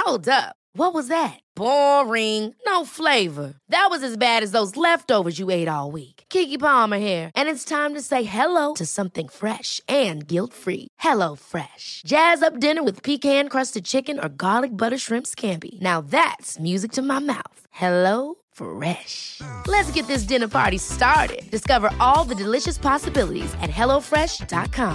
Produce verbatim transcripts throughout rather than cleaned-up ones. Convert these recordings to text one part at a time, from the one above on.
Hold up. What was that? Boring. No flavor. That was as bad as those leftovers you ate all week. Keke Palmer here, and it's time to say hello to something fresh and guilt-free. Hello Fresh. Jazz up dinner with pecan-crusted chicken or garlic butter shrimp scampi. Now that's music to my mouth. Hello Fresh. Let's get this dinner party started. Discover all the delicious possibilities at hello fresh dot com.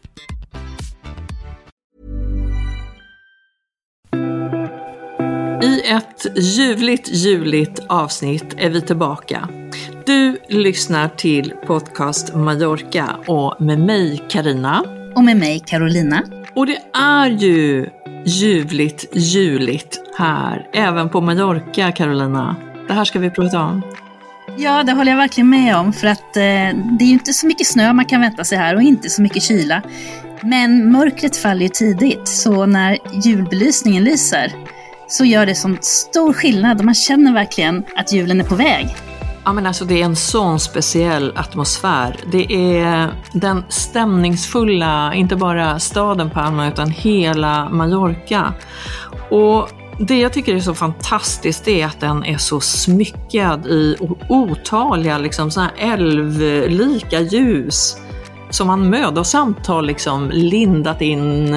I ett ljuvligt, juligt avsnitt är vi tillbaka. Du lyssnar till podcast Mallorca och med mig Carina. Och med mig Carolina. Och det är ju ljuvligt, juligt här, även på Mallorca, Carolina. Det här ska vi prata om. Ja, det håller jag verkligen med om. För att eh, det är ju inte så mycket snö man kan vänta sig här och inte så mycket kyla. Men mörkret faller ju tidigt, så när julbelysningen lyser så gör det som stor skillnad och man känner verkligen att julen är på väg. Ja, men alltså det är en sån speciell atmosfär. Det är den stämningsfulla, inte bara staden Palma utan hela Mallorca. Och det jag tycker är så fantastiskt är att den är så smyckad i otaliga liksom så här älvlika ljus som man mödosamt har liksom lindat in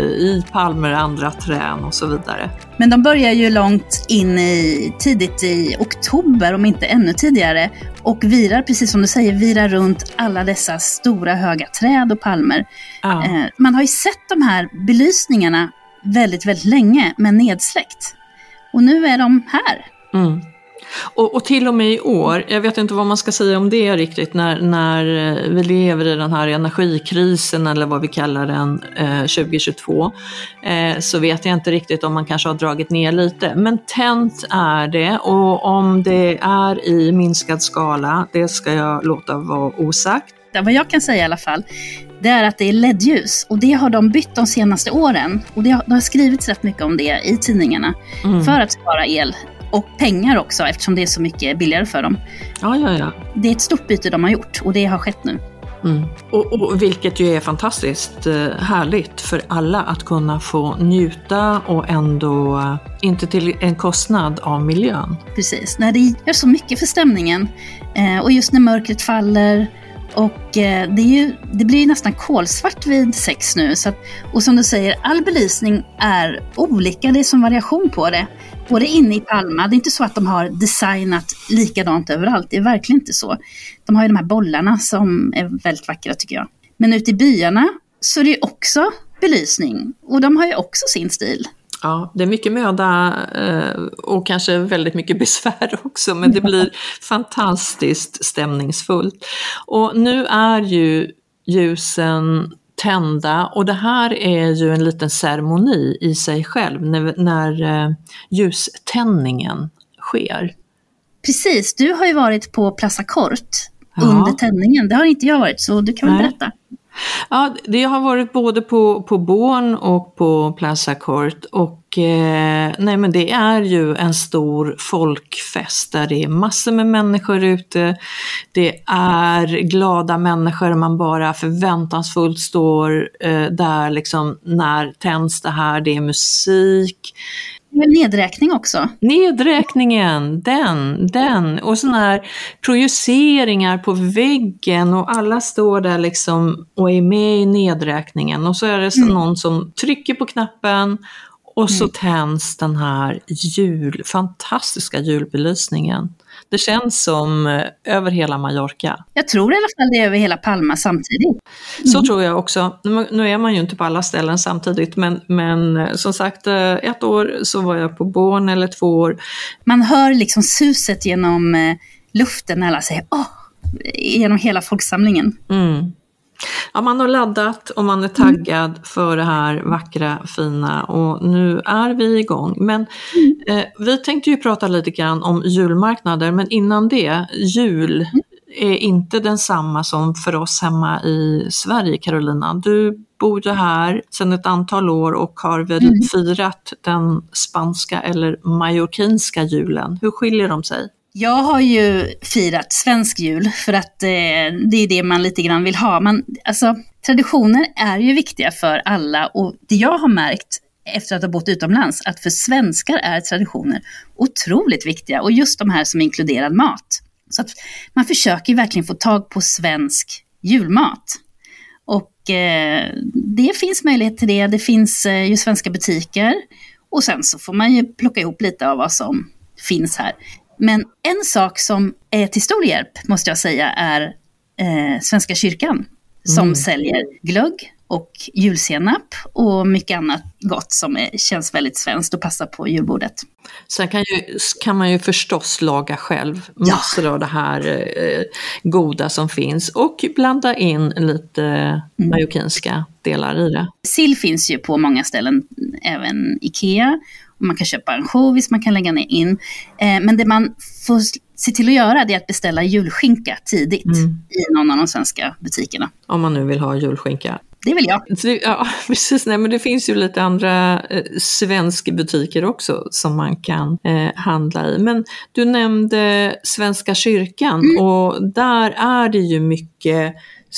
i palmer, andra trän och så vidare. Men de börjar ju långt in i, tidigt i oktober, om inte ännu tidigare, och virar, precis som du säger, virar runt alla dessa stora höga träd och palmer. Ja. Eh, man har ju sett de här belysningarna väldigt, väldigt länge, men nedsläckt. Och nu är de här. Mm. Och, och till och med i år, jag vet inte vad man ska säga om det riktigt, när, när vi lever i den här energikrisen eller vad vi kallar den eh, tjugo tjugotvå, eh, så vet jag inte riktigt om man kanske har dragit ner lite. Men tänt är det, och om det är i minskad skala, det ska jag låta vara osagt. Det, vad jag kan säga i alla fall, det är att det är L E D-ljus, och det har de bytt de senaste åren. Och det har, det har skrivits rätt mycket om det i tidningarna mm. för att spara el. Och pengar också, eftersom det är så mycket billigare för dem. Ja, ja, ja. Det är ett stort byte de har gjort, och det har skett nu. Mm. Och, och vilket ju är fantastiskt eh, härligt för alla att kunna få njuta och ändå eh, inte till en kostnad av miljön. Precis, när det gör så mycket för stämningen eh, och just när mörkret faller. Och eh, det, är ju, det blir ju nästan kolsvart vid sex nu. Så att, och som du säger, all belysning är olika, det är som variation på det. Både inne i Palma, det är inte så att de har designat likadant överallt, det är verkligen inte så. De har ju de här bollarna som är väldigt vackra tycker jag. Men ute i byarna så är det ju också belysning, och de har ju också sin stil. Ja, det är mycket möda och kanske väldigt mycket besvär också, men det blir fantastiskt stämningsfullt. Och nu är ju ljusen tända, och det här är ju en liten ceremoni i sig själv när, när ljuständningen sker. Precis, du har ju varit på Plaza Cort ja. under tändningen, det har inte jag varit, så du kan väl berätta. Ja, det har varit både på, på Born och på Plaza Cort, och eh, nej, men det är ju en stor folkfest där det är massor med människor ute. Det är glada människor, man bara förväntansfullt står eh, där liksom när tänds det här, det är musik. Nedräkning också. Nedräkningen, den, den. Och såna här projiceringar på väggen, och alla står där liksom och är med i nedräkningen. Och så är det så mm. någon som trycker på knappen, och så mm. tänds den här jul, fantastiska julbelysningen. Det känns som eh, över hela Mallorca. Jag tror i alla fall det är över hela Palma samtidigt. Mm. Så tror jag också. Nu, nu är man ju inte på alla ställen samtidigt. Men, men som sagt, ett år så var jag på Born, eller två år. Man hör liksom suset genom eh, luften när alla säger åh, genom hela folksamlingen. Mm. Ja, man har laddat och man är taggad mm. för det här vackra, fina, och nu är vi igång. Men mm. eh, vi tänkte ju prata lite grann om julmarknader, men innan det, jul mm. är inte densamma som för oss hemma i Sverige, Carolina. Du bor ju här sedan ett antal år och har väl mm. firat den spanska eller mallorquinska julen. Hur skiljer de sig? Jag har ju firat svensk jul för att eh, det är det man lite grann vill ha. Man, alltså, traditioner är ju viktiga för alla, och det jag har märkt efter att ha bott utomlands, att för svenskar är traditioner otroligt viktiga. Och just de här som inkluderar mat. Så att man försöker verkligen få tag på svensk julmat. Och eh, det finns möjlighet till det. Det finns eh, ju svenska butiker. Och sen så får man ju plocka ihop lite av vad som finns här. Men en sak som är till stor hjälp, måste jag säga, är eh, Svenska kyrkan. Som mm. säljer glögg och julsenap och mycket annat gott som är, känns väldigt svenskt och passar på julbordet. Sen kan, ju, kan man ju förstås laga själv massor ja. av det här eh, goda som finns och blanda in lite mm. majorkinska delar i det. Sill finns ju på många ställen, även Ikea. Och man kan köpa ansjovis, man kan lägga ner in. Eh, men det man får se till att göra det är att beställa julskinka tidigt mm. i någon av de svenska butikerna. Om man nu vill ha julskinka. Det vill jag. Ja, precis. Nej, men det finns ju lite andra eh, svenska butiker också som man kan eh, handla i. Men du nämnde Svenska kyrkan mm. och där är det ju mycket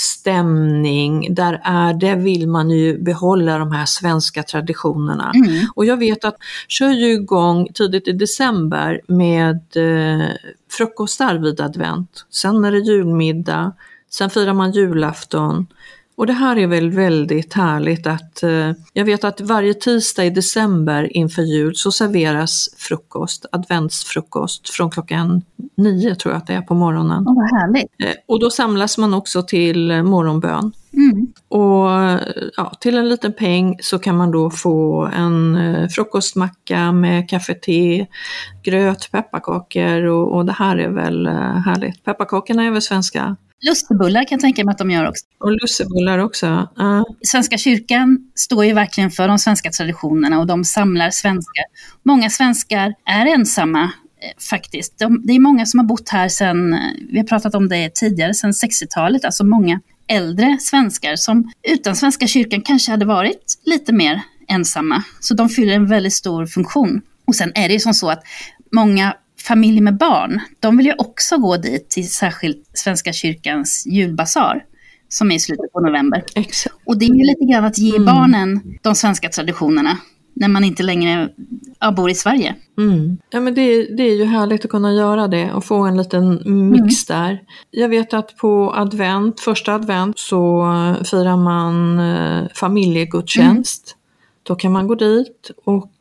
stämning, där är det vill man ju behålla de här svenska traditionerna. Mm. Och jag vet att kör ju igång tidigt i december med eh, frukostar vid advent. Sen är det julmiddag, sen firar man julafton. Och det här är väl väldigt härligt att eh, jag vet att varje tisdag i december inför jul så serveras frukost, adventsfrukost från klockan nio tror jag att det är på morgonen. Åh, vad härligt. Eh, och då samlas man också till morgonbön. Mm. Och ja, till en liten peng så kan man då få en eh, frukostmacka med kaffe, te, gröt, pepparkakor och, och det här är väl eh, härligt. Pepparkakorna är väl svenska. Lussebullar kan jag tänka mig att de gör också. Och lussebullar också. Uh. Svenska kyrkan står ju verkligen för de svenska traditionerna och de samlar svenskar. Många svenskar är ensamma eh, faktiskt. De, det är många som har bott här sedan, vi har pratat om det tidigare, sedan sextiotalet. Alltså många äldre svenskar som utan Svenska kyrkan kanske hade varit lite mer ensamma. Så de fyller en väldigt stor funktion. Och sen är det ju som så att många familjer med barn, de vill ju också gå dit till särskilt Svenska kyrkans julbasar som är i slutet på november. Exakt. Och det är ju lite grann att ge mm. barnen de svenska traditionerna när man inte längre ja, bor i Sverige. Mm. Ja, men det, det är ju härligt att kunna göra det och få en liten mix mm. där. Jag vet att på advent, första advent så firar man eh, familjegudstjänst. Mm. Då kan man gå dit och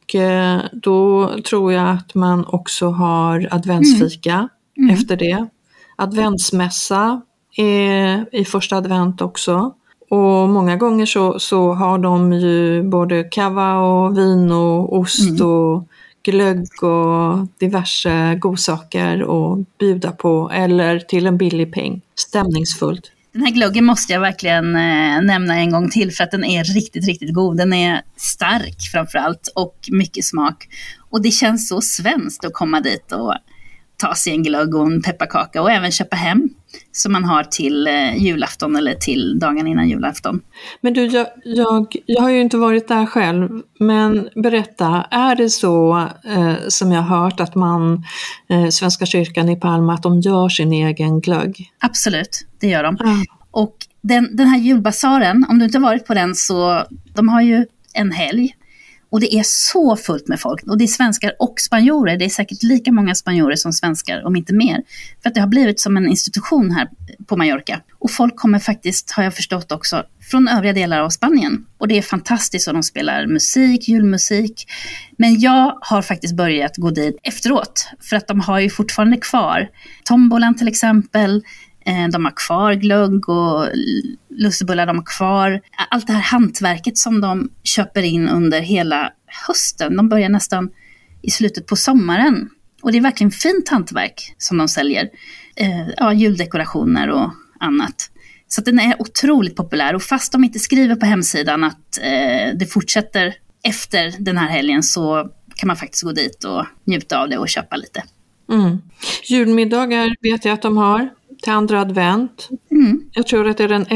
då tror jag att man också har adventsfika mm. Mm. efter det. Adventsmässa är i första advent också. Och många gånger så, så har de ju både kava och vin och ost mm. och glögg och diverse godsaker att bjuda på eller till en billig peng. Stämningsfullt. Den här glöggen måste jag verkligen eh, nämna en gång till för att den är riktigt, riktigt god. Den är stark framförallt och mycket smak. Och det känns så svenskt att komma dit och ta sig en glögg och en pepparkaka och även köpa hem som man har till eh, julafton eller till dagen innan julafton. Men du, jag, jag, jag har ju inte varit där själv, men berätta, är det så eh, som jag har hört att man, eh, Svenska kyrkan i Palma, att de gör sin egen glögg? Absolut, det gör de. Mm. Och den, den här julbasaren, om du inte varit på den så, de har ju en helg. Och det är så fullt med folk. Och det är svenskar och spanjorer. Det är säkert lika många spanjorer som svenskar, om inte mer. För att det har blivit som en institution här på Mallorca. Och folk kommer faktiskt, har jag förstått också, från övriga delar av Spanien. Och det är fantastiskt och de spelar musik, julmusik. Men jag har faktiskt börjat gå dit efteråt. För att de har ju fortfarande kvar tombolan till exempel. De har kvar glögg och lussebullar, de har kvar allt det här hantverket som de köper in under hela hösten. De börjar nästan i slutet på sommaren. Och det är verkligen fint hantverk som de säljer. Eh, ja, juldekorationer och annat. Så att den är otroligt populär. Och fast de inte skriver på hemsidan att eh, det fortsätter efter den här helgen så kan man faktiskt gå dit och njuta av det och köpa lite. Mm. Julmiddagar vet jag att de har. Till andra advent. Mm. Jag tror att det är den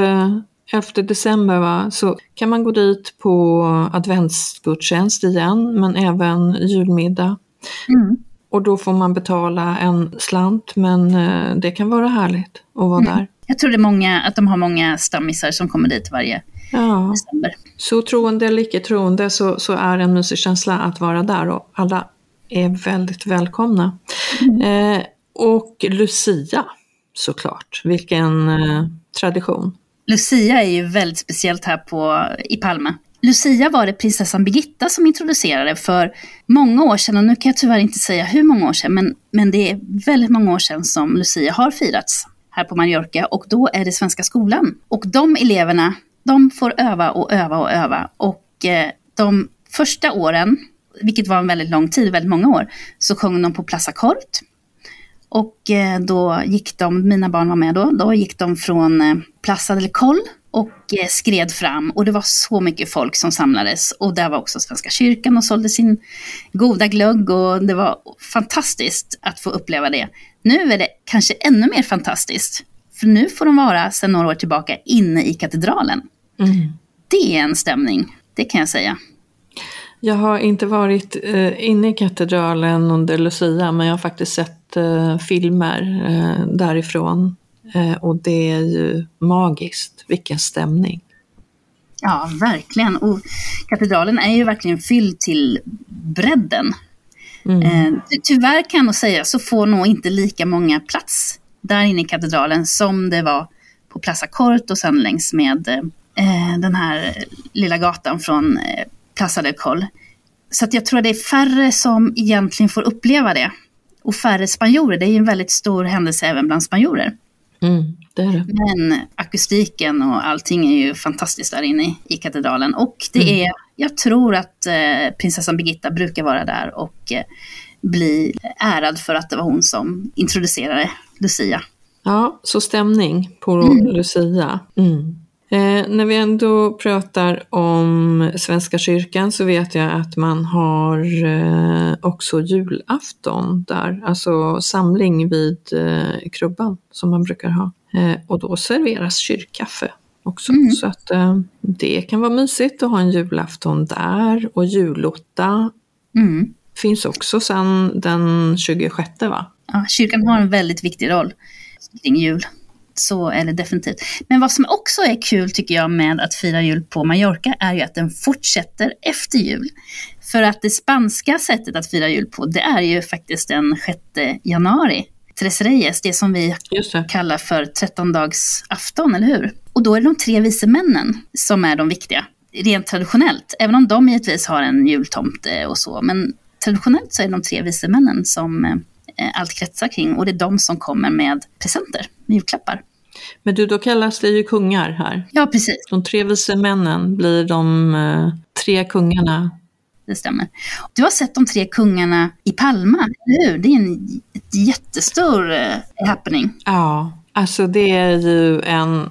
elfte december, va? Så kan man gå dit på adventsgudstjänst igen, men även julmiddag. Mm. Och då får man betala en slant, men det kan vara härligt att vara mm. där. Jag tror det är många, att de har många stammisar som kommer dit varje, Ja. december. Så troende eller icke troende så, så är en mysig känsla att vara där, och alla är väldigt välkomna. Mm. Eh, och Lucia, såklart. Vilken eh, tradition. Lucia är ju väldigt speciellt här på, i Palma. Lucia var det prinsessan Birgitta som introducerade för många år sedan. Och nu kan jag tyvärr inte säga hur många år sedan. Men, men det är väldigt många år sedan som Lucia har firats här på Mallorca. Och då är det Svenska skolan. Och de eleverna, de får öva och öva och öva. Och eh, de första åren, vilket var en väldigt lång tid, väldigt många år, så sjöng de på Plaza Cort. Och eh, då gick de, mina barn var med då, då gick de från eh, Plaza del Coll och eh, skred fram. Och det var så mycket folk som samlades. Och där var också Svenska kyrkan och sålde sin goda glögg. Och det var fantastiskt att få uppleva det. Nu är det kanske ännu mer fantastiskt. För nu får de vara sedan några år tillbaka inne i katedralen. Mm. Det är en stämning, det kan jag säga. Jag har inte varit eh, inne i katedralen under Lucia, men jag har faktiskt sett eh, filmer eh, därifrån. Eh, och det är ju magiskt, vilken stämning. Ja, verkligen. Och katedralen är ju verkligen fylld till bredden. Mm. Eh, tyvärr kan jag nog säga så får nog inte lika många plats där inne i katedralen som det var på Plaza Cort och sen längs med eh, den här lilla gatan från eh, Plaza del Coll. Så att jag tror att det är färre som egentligen får uppleva det. Och färre spanjorer. Det är ju en väldigt stor händelse även bland spanjorer. Mm, det är det. Men akustiken och allting är ju fantastiskt där inne i, i katedralen. Och det mm. är, jag tror att eh, prinsessan Birgitta brukar vara där och eh, bli ärad för att det var hon som introducerade Lucia. Ja, så stämning på mm. Lucia. Mm. Eh, när vi ändå pratar om Svenska kyrkan så vet jag att man har eh, också julafton där. Alltså samling vid eh, krubban som man brukar ha. Eh, och då serveras kyrkkaffe också. Mm. Så att eh, det kan vara mysigt att ha en julafton där. Och julotta mm. finns också sedan den tjugosjätte, va? Ja, kyrkan har en väldigt viktig roll kring jul. Så är det definitivt. Men vad som också är kul tycker jag med att fira jul på Mallorca är ju att den fortsätter efter jul. För att det spanska sättet att fira jul på, det är ju faktiskt den sjätte januari. Tres Reyes, det som vi kallar för trettondagsafton, eller hur? Och då är det de tre vise männen som är de viktiga. Rent traditionellt, även om de givetvis har en jultomte och så. Men traditionellt så är det de tre vise männen som allt kretsar kring, och det är de som kommer med presenter, med julklappar. Men du, då kallas det ju kungar här. Ja, precis. De tre vise männen blir de eh, tre kungarna. Det stämmer. Du har sett de tre kungarna i Palma, eller hur? Det är en jättestor eh, happening. Ja, alltså det är ju en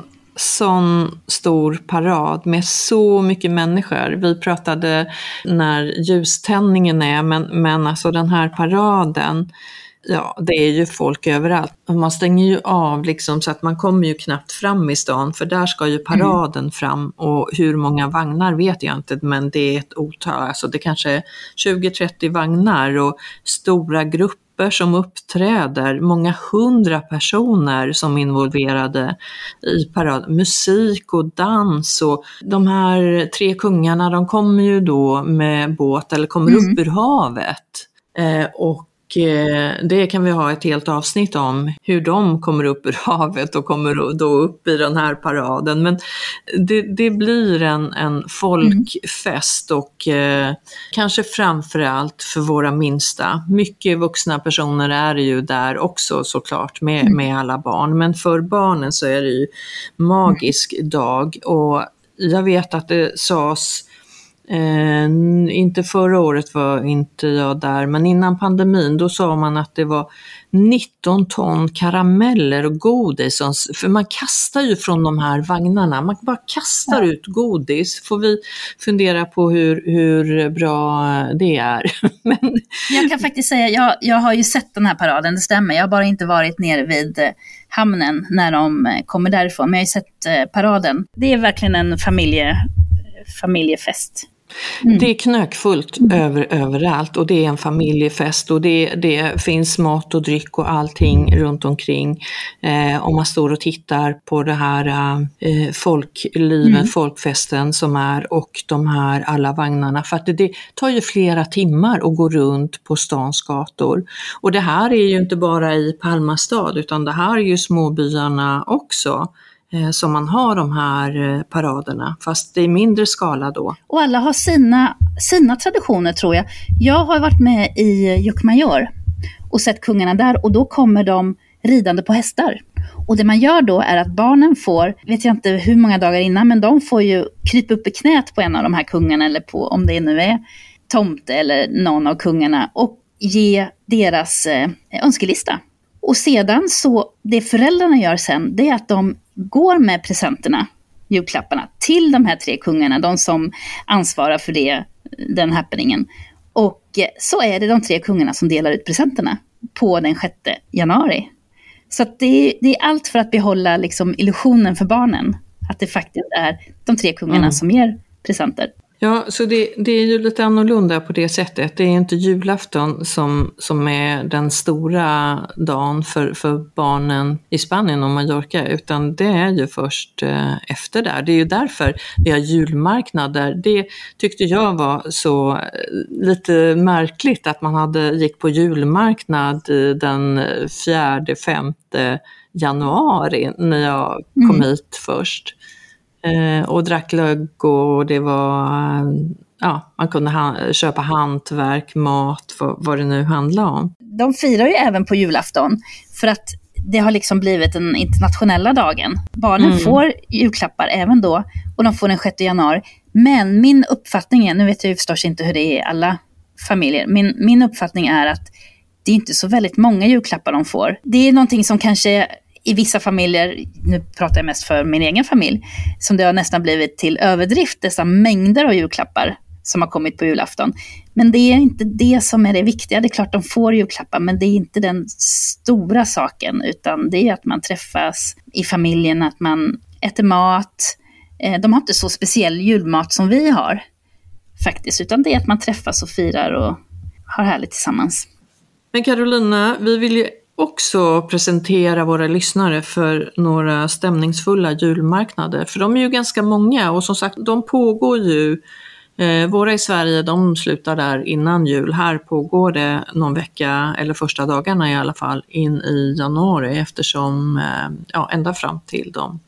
sån stor parad med så mycket människor. Vi pratade när ljuständningen är, men, men alltså den här paraden, ja, det är ju folk överallt. Man stänger ju av liksom, så att man kommer ju knappt fram i stan, för där ska ju paraden mm. fram, och hur många vagnar vet jag inte, men det är ett otal, alltså det kanske är tjugo trettio vagnar och stora grupper som uppträder, många hundra personer som är involverade i parad, musik och dans, och de här tre kungarna, de kommer ju då med båt eller kommer mm. upp ur havet eh, och det kan vi ha ett helt avsnitt om, hur de kommer upp ur havet och kommer då upp i den här paraden. Men det, det blir en, en folkfest och eh, kanske framförallt för våra minsta. Mycket vuxna personer är ju där också såklart med, mm. med alla barn. Men för barnen så är det ju magisk mm. dag, och jag vet att det sades Eh, inte förra året var inte jag där, men innan pandemin då sa man att det var nitton ton karameller och godis, för man kastar ju från de här vagnarna, man bara kastar ja. ut godis. Får vi fundera på hur, hur bra det är. Men jag kan faktiskt säga, jag, jag har ju sett den här paraden, det stämmer, jag har bara inte varit nere vid hamnen när de kommer därifrån, men jag har ju sett paraden. Det är verkligen en familje, familjefest. Mm. Det är knökfullt mm. över, överallt och det är en familjefest och det, det finns mat och dryck och allting runt omkring. Eh, om man står och tittar på det här eh, folklivet, mm. folkfesten som är och de här alla vagnarna. För att det, det tar ju flera timmar att gå runt på stans gator. Och det här är ju inte bara i Palma stad utan det här är ju småbyarna också. Som man har de här paraderna, fast det är mindre skala då. Och alla har sina, sina traditioner tror jag. Jag har varit med i Llucmajor och sett kungarna där och då kommer de ridande på hästar. Och det man gör då är att barnen får, vet jag inte hur många dagar innan, men de får ju krypa upp i knät på en av de här kungarna eller på, om det nu är tomte eller någon av kungarna och ge deras eh, önskelista. Och sedan så, det föräldrarna gör sen, det är att de går med presenterna, julklapparna, till de här tre kungarna, de som ansvarar för det, den happeningen. Och så är det de tre kungarna som delar ut presenterna på den sjätte januari. Så att det, det är allt för att behålla liksom illusionen för barnen, att det faktiskt är de tre kungarna mm. som ger presenter. Ja, så det, det är ju lite annorlunda på det sättet. Det är inte julafton som, som är den stora dagen för, för barnen i Spanien och Mallorca, utan det är ju först eh, efter där. Det är ju därför vi har julmarknader. Det tyckte jag var så eh, lite märkligt att man hade gick på julmarknad den fjärde, femte januari när jag kom mm. hit först. Och drack glögg och det var, ja, man kunde ha, köpa hantverk, mat, vad, vad det nu handlar om. De firar ju även på julafton för att det har liksom blivit den internationella dagen. Barnen mm. får julklappar även då och de får den sjätte januari. Men min uppfattning är, nu vet jag ju förstås inte hur det är i alla familjer, min, min uppfattning är att det är inte så väldigt många julklappar de får. Det är någonting som kanske i vissa familjer, nu pratar jag mest för min egen familj, som det har nästan blivit till överdrift, dessa mängder av julklappar som har kommit på julafton. Men det är inte det som är det viktiga. Det är klart de får julklappar, men det är inte den stora saken, utan det är att man träffas i familjen, att man äter mat. De har inte så speciell julmat som vi har faktiskt, utan det är att man träffas och firar och har härligt tillsammans. Men Carolina, vi vill ju också presentera våra lyssnare för några stämningsfulla julmarknader. För de är ju ganska många och som sagt, de pågår ju. Eh, våra i Sverige, de slutar där innan jul. Här pågår det någon vecka, eller första dagarna i alla fall, in i januari. Eftersom, eh, ja, ända fram till de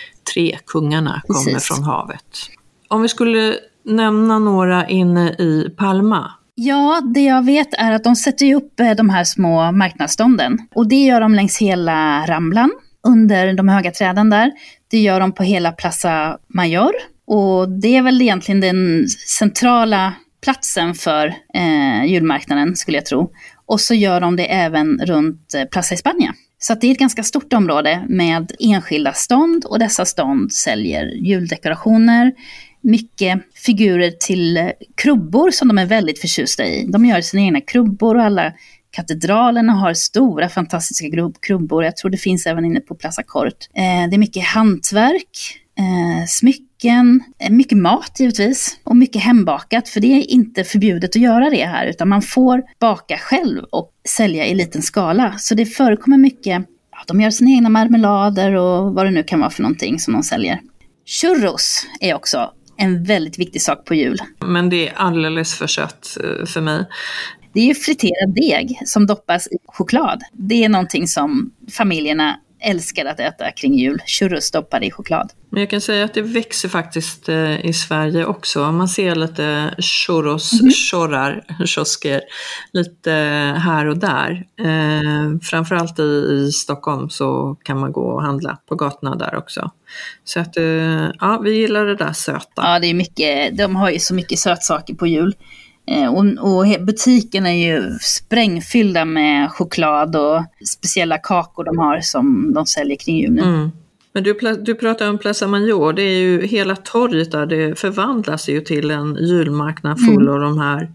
tre kungarna kommer Precis. Från havet. Om vi skulle nämna några inne i Palma. Ja, det jag vet är att de sätter ju upp de här små marknadsstånden. Och det gör de längs hela Ramblan, under de höga träden där. Det gör de på hela Plaza Mayor. Och det är väl egentligen den centrala platsen för eh, julmarknaden, skulle jag tro. Och så gör de det även runt eh, Plaza España. Så att det är ett ganska stort område med enskilda stånd. Och dessa stånd säljer juldekorationer, mycket figurer till krubbor som de är väldigt förtjusta i. De gör sina egna krubbor och alla katedralerna har stora fantastiska krubbor. Jag tror det finns även inne på Plaza Cort. Eh, det är mycket hantverk, eh, smycken, eh, mycket mat givetvis och mycket hembakat, för det är inte förbjudet att göra det här, utan man får baka själv och sälja i liten skala. Så det förekommer mycket, ja, de gör sina egna marmelader och vad det nu kan vara för någonting som de säljer. Churros är också en väldigt viktig sak på jul. Men det är alldeles för sött för mig. Det är ju friterad deg som doppas i choklad. Det är någonting som familjerna älskar att äta kring jul. Churros doppade i choklad. Men jag kan säga att det växer faktiskt i Sverige också. Man ser lite churros, mm-hmm. chorrar, kiosker lite här och där. Eh, framförallt i, i Stockholm så kan man gå och handla på gatorna där också. Så att, eh, ja, vi gillar det där söta. Ja, det är mycket, de har ju så mycket sötsaker på jul. Eh, och, och butiken är ju sprängfyllda med choklad och speciella kakor de har som de säljer kring jul nu. Mm. Men du, du pratar om Plaza Mayor, det är ju hela torget där, det förvandlas ju till en julmarknad full mm. av de här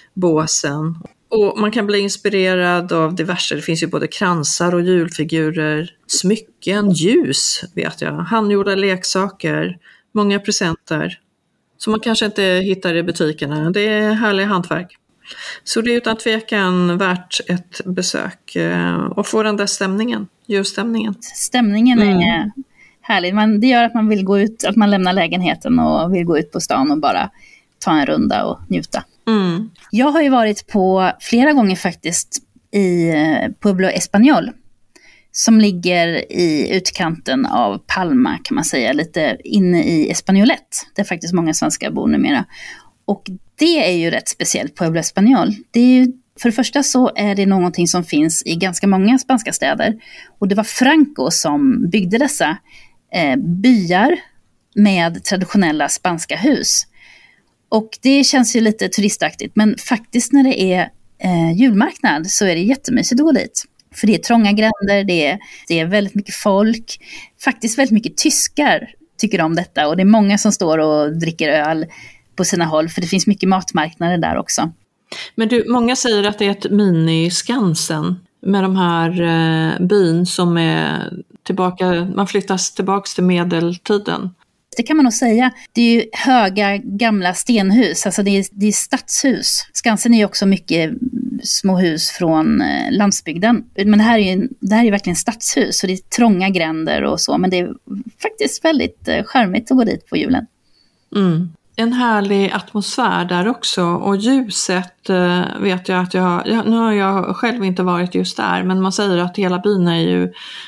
båsen. Och man kan bli inspirerad av diverse, det finns ju både kransar och julfigurer, smycken, ljus vet jag, handgjorda leksaker, många presenter. som man kanske inte hittar i butikerna. Det är härlig hantverk. Så det är utan tvekan värt ett besök och få den där stämningen, ljusstämningen. Stämningen mm. är härlig. Man, det gör att man vill gå ut, att man lämnar lägenheten och vill gå ut på stan och bara ta en runda och njuta. Mm. Jag har ju varit på flera gånger faktiskt i Pueblo Español, som ligger i utkanten av Palma kan man säga, lite inne i Españolet, där faktiskt många svenskar bor numera. Och det är ju rätt speciellt, Pueblo Español. Det är ju, för det första så är det någonting som finns i ganska många spanska städer. Och det var Franco som byggde dessa eh, byar med traditionella spanska hus. Och det känns ju lite turistaktigt, men faktiskt när det är eh, julmarknad så är det jättemysigt att gå dit. För det är trånga gränder, det är, det är väldigt mycket folk. Faktiskt väldigt mycket tyskar tycker om detta. Och det är många som står och dricker öl på sina håll, för det finns mycket matmarknader där också. Men du, många säger att det är ett mini-Skansen med de här eh, byn som är tillbaka, man flyttas tillbaks till medeltiden. Det kan man nog säga. Det är ju höga gamla stenhus, alltså det är, det är stadshus. Skansen är ju också mycket små hus från eh, landsbygden. Men det här är ju det här är verkligen stadshus, och det är trånga gränder och så, men det är faktiskt väldigt eh, charmigt att gå dit på julen. Mm. En härlig atmosfär där också, och ljuset eh, vet jag att jag, jag, nu har jag själv inte varit just där, men man säger att hela byn är ju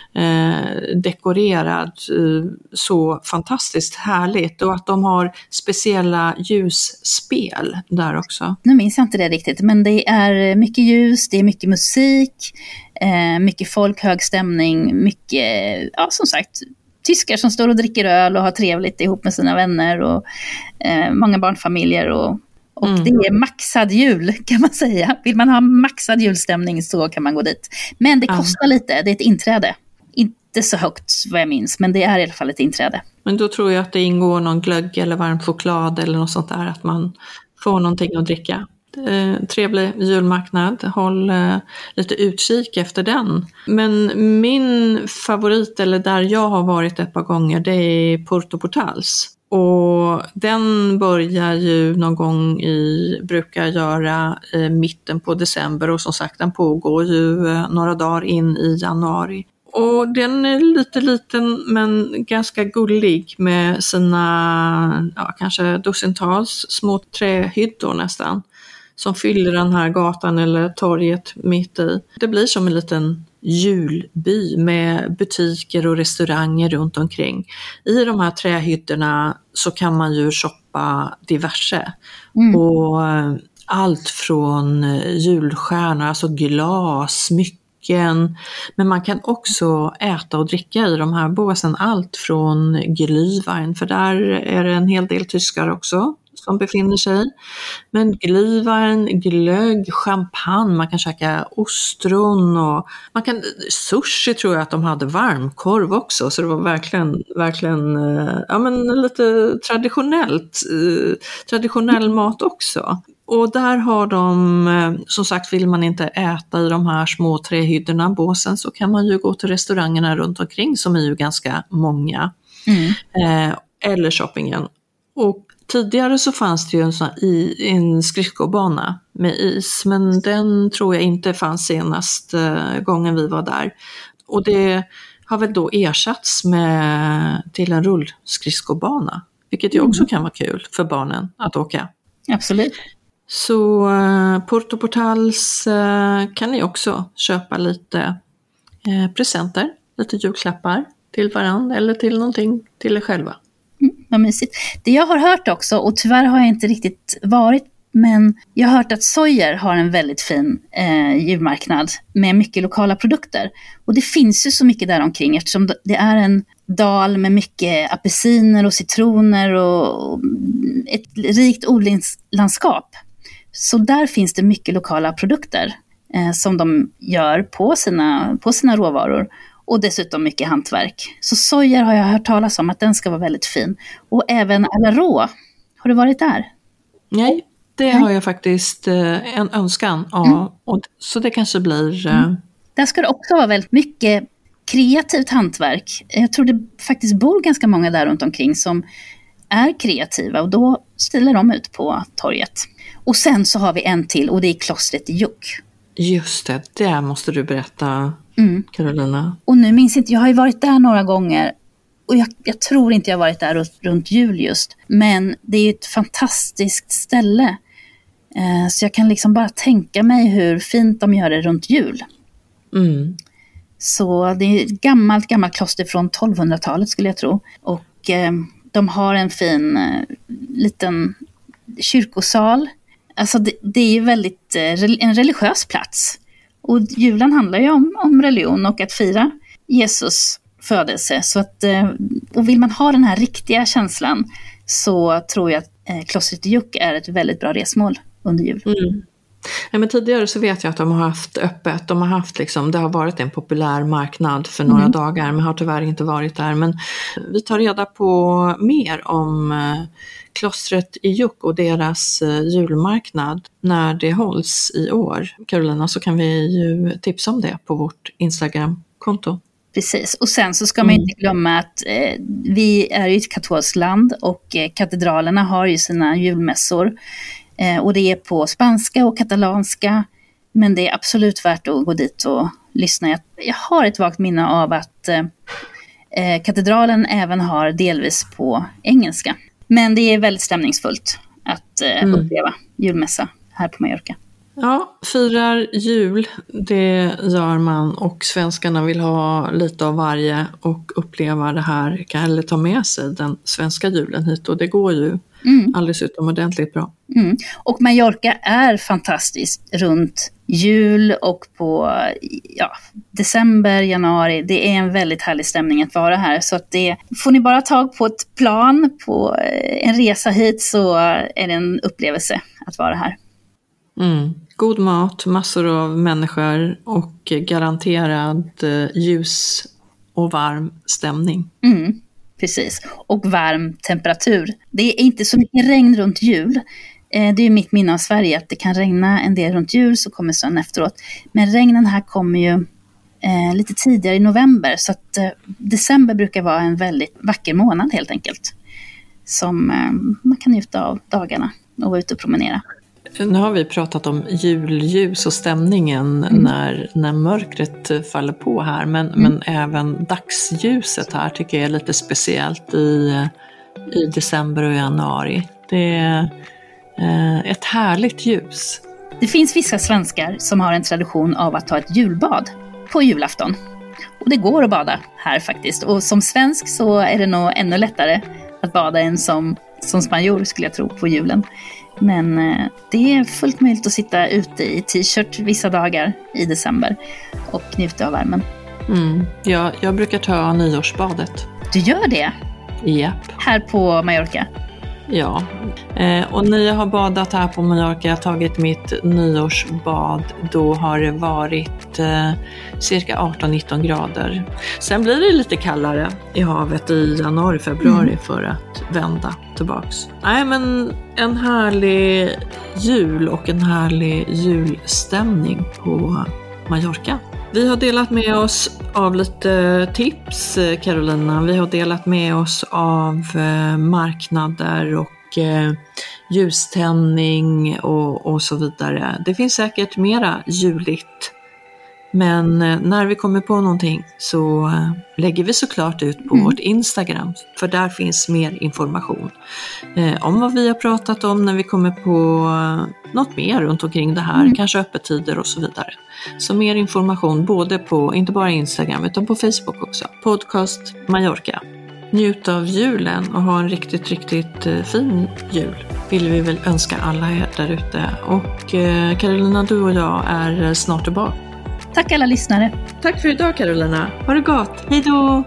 eh, dekorerad eh, så fantastiskt härligt, och att de har speciella ljusspel där också. Nu minns jag inte det riktigt, men det är mycket ljus, det är mycket musik, eh, mycket folk, hög stämning, mycket, ja som sagt, tyskar som står och dricker öl och har trevligt ihop med sina vänner, och eh, många barnfamiljer, och, och mm. det är maxad jul kan man säga. Vill man ha maxad julstämning så kan man gå dit. Men det kostar mm. lite, det är ett inträde. Inte så högt vad jag minns, men det är i alla fall ett inträde. Men då tror jag att det ingår någon glögg eller varm choklad eller något sånt där, att man får någonting att dricka. Eh, trevlig julmarknad, håll eh, lite utkik efter den. Men min favorit, eller där jag har varit ett par gånger, det är Puerto Portals. Och den börjar ju någon gång i, brukar göra eh, mitten på december, och som sagt den pågår ju eh, några dagar in i januari. Och den är lite liten men ganska gullig med sina ja, kanske dussintals små trähyddor nästan, som fyller den här gatan eller torget mitt i. Det blir som en liten julby med butiker och restauranger runt omkring. I de här trähyddorna så kan man ju shoppa diverse. Mm. Och allt från julstjärnor, alltså glas, smycken. Men man kan också äta och dricka i de här båsen. Allt från Glühwein, för där är det en hel del tyskar också som befinner sig. Men Glühwein, glögg, champagne, man kan käka ostron, och man kan, sushi tror jag att de hade, varmkorv också, så det var verkligen, verkligen ja, men lite traditionellt, traditionell mat också. Och där har de, som sagt, vill man inte äta i de här små trähyddorna, båsen, så kan man ju gå till restaurangerna runt omkring, som är ju ganska många. Mm. Eh, eller shoppingen. Och tidigare så fanns det ju en, sån i, en skridskobana med is, men den tror jag inte fanns senast eh, gången vi var där. Och det har väl då ersatts med, till en rullskridskobana, vilket ju också mm. kan vara kul för barnen att åka. Absolut. Så eh, Puerto Portals eh, kan ni också köpa lite eh, presenter, lite julklappar till varandra eller till någonting till er själva. Mm, vad mysigt. Det jag har hört också, och tyvärr har jag inte riktigt varit, men jag har hört att Sojer har en väldigt fin eh, julmarknad med mycket lokala produkter. Och det finns ju så mycket där omkring, eftersom det är en dal med mycket apelsiner och citroner och ett rikt odlingslandskap. Så där finns det mycket lokala produkter eh, som de gör på sina, på sina råvaror. Och dessutom mycket hantverk. Så Sojer har jag hört talas om att den ska vara väldigt fin. Och även Alarå. Har du varit där? Nej, det Nej. har jag faktiskt eh, en önskan. Ja, mm. och, så det kanske blir... Eh... Mm. Där ska det också vara väldigt mycket kreativt hantverk. Jag tror det faktiskt bor ganska många där runt omkring som är kreativa och då ställer de ut på torget. Och sen så har vi en till och det är klostret i Hjuk. Just det, det måste du berätta, Mm. Carolina. Och nu minns inte, jag har ju varit där några gånger och jag, jag tror inte jag har varit där runt, runt jul just. Men det är ett fantastiskt ställe. Eh, så jag kan liksom bara tänka mig hur fint de gör det runt jul. Mm. Så det är ett gammalt, gammalt kloster från tolvhundratalet skulle jag tro. Och eh, de har en fin eh, liten kyrkosal. Alltså det, det är ju väldigt eh, en religiös plats. Och julen handlar ju om, om religion och att fira Jesus födelse. Så att, eh, och vill man ha den här riktiga känslan så tror jag att eh, klostret i Hjuk är ett väldigt bra resmål under jul. Mm. Ja, men tidigare så vet jag att de har haft öppet, de har haft liksom, det har varit en populär marknad för några Mm. dagar, men har tyvärr inte varit där. Men vi tar reda på mer om eh, klostret i Hjuk och deras eh, julmarknad när det hålls i år. Carolina, så kan vi ju tipsa om det på vårt Instagram-konto. Precis, och sen så ska man Mm. inte glömma att eh, vi är ju ett katolskt land och eh, katedralerna har ju sina julmässor. Eh, och det är på spanska och katalanska, men det är absolut värt att gå dit och lyssna. Jag, jag har ett vagt minne av att eh, eh, katedralen även har delvis på engelska. Men det är väldigt stämningsfullt att eh, Mm. uppleva julmässa här på Mallorca. Ja, firar jul, det gör man, och svenskarna vill ha lite av varje och uppleva det här, eller ta med sig den svenska julen hit, och det går ju Mm. alldeles utomordentligt bra. Mm. Och Mallorca är fantastiskt runt jul och på ja, december, januari. Det är en väldigt härlig stämning att vara här. Så att det, får ni bara tag på ett plan, på en resa hit, så är det en upplevelse att vara här. Mm. God mat, massor av människor och garanterad eh, ljus och varm stämning. Mm. Precis, och varm temperatur. Det är inte så mycket regn runt jul. Eh, det är ju mitt minne av Sverige att det kan regna en del runt jul, så kommer snön efteråt. Men regnen här kommer ju eh, lite tidigare i november, så att eh, december brukar vara en väldigt vacker månad helt enkelt. Som eh, man kan njuta av dagarna och vara ute och promenera. Nu har vi pratat om julljus och stämningen Mm. när, när mörkret faller på här, men, Mm. men även dagsljuset här tycker jag är lite speciellt i, i december och januari. Det är eh, ett härligt ljus. Det finns vissa svenskar som har en tradition av att ta ett julbad på julafton. Och det går att bada här faktiskt. Och som svensk så är det nog ännu lättare att bada än som, som spanjor skulle jag tro på julen. Men eh, det är fullt möjligt att sitta ute i t-shirt vissa dagar i december och njuta av värmen. Mm. Jag, jag brukar ta nyårsbadet. Du gör det Japp. här på Mallorca? Ja, eh, och när jag har badat här på Mallorca, jag har tagit mitt nyårsbad, då har det varit eh, cirka arton nitton grader. Sen blir det lite kallare i havet i januari, februari Mm. för att vända tillbaks. Nej, men en härlig jul och en härlig julstämning på Mallorca. Vi har delat med oss av lite tips, Carolina. Vi har delat med oss av eh, marknader och eh, ljuständning och, och så vidare. Det finns säkert mera juligt. Men eh, när vi kommer på någonting så eh, lägger vi såklart ut på Mm. vårt Instagram. För där finns mer information eh, om vad vi har pratat om, när vi kommer på eh, något mer runt omkring det här. Mm. Kanske öppettider och så vidare. Så mer information både på, inte bara Instagram utan på Facebook också. Podcast Mallorca. Njut av julen och ha en riktigt, riktigt eh, fin jul. Vill vi väl önska alla er där ute. Och eh, Carolina, du och jag är eh, snart tillbaka. Tack alla lyssnare! Tack för idag, Carolina. Ha det gott. Hej då!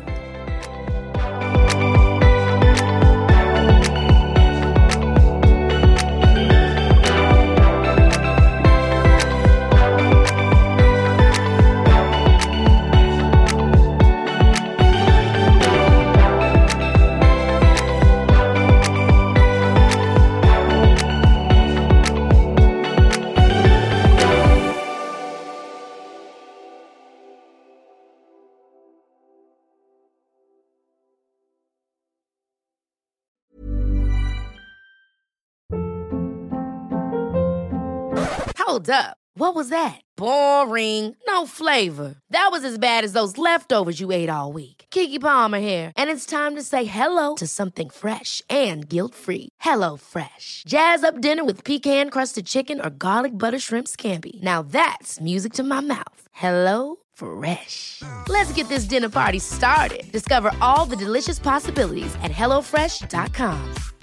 Hold up. What was that? Boring. No flavor. That was as bad as those leftovers you ate all week. Keke Palmer here, and it's time to say hello to something fresh and guilt-free. Hello Fresh. Jazz up dinner with pecan-crusted chicken or garlic butter shrimp scampi. Now that's music to my mouth. Hello Fresh. Let's get this dinner party started. Discover all the delicious possibilities at hello fresh dot com.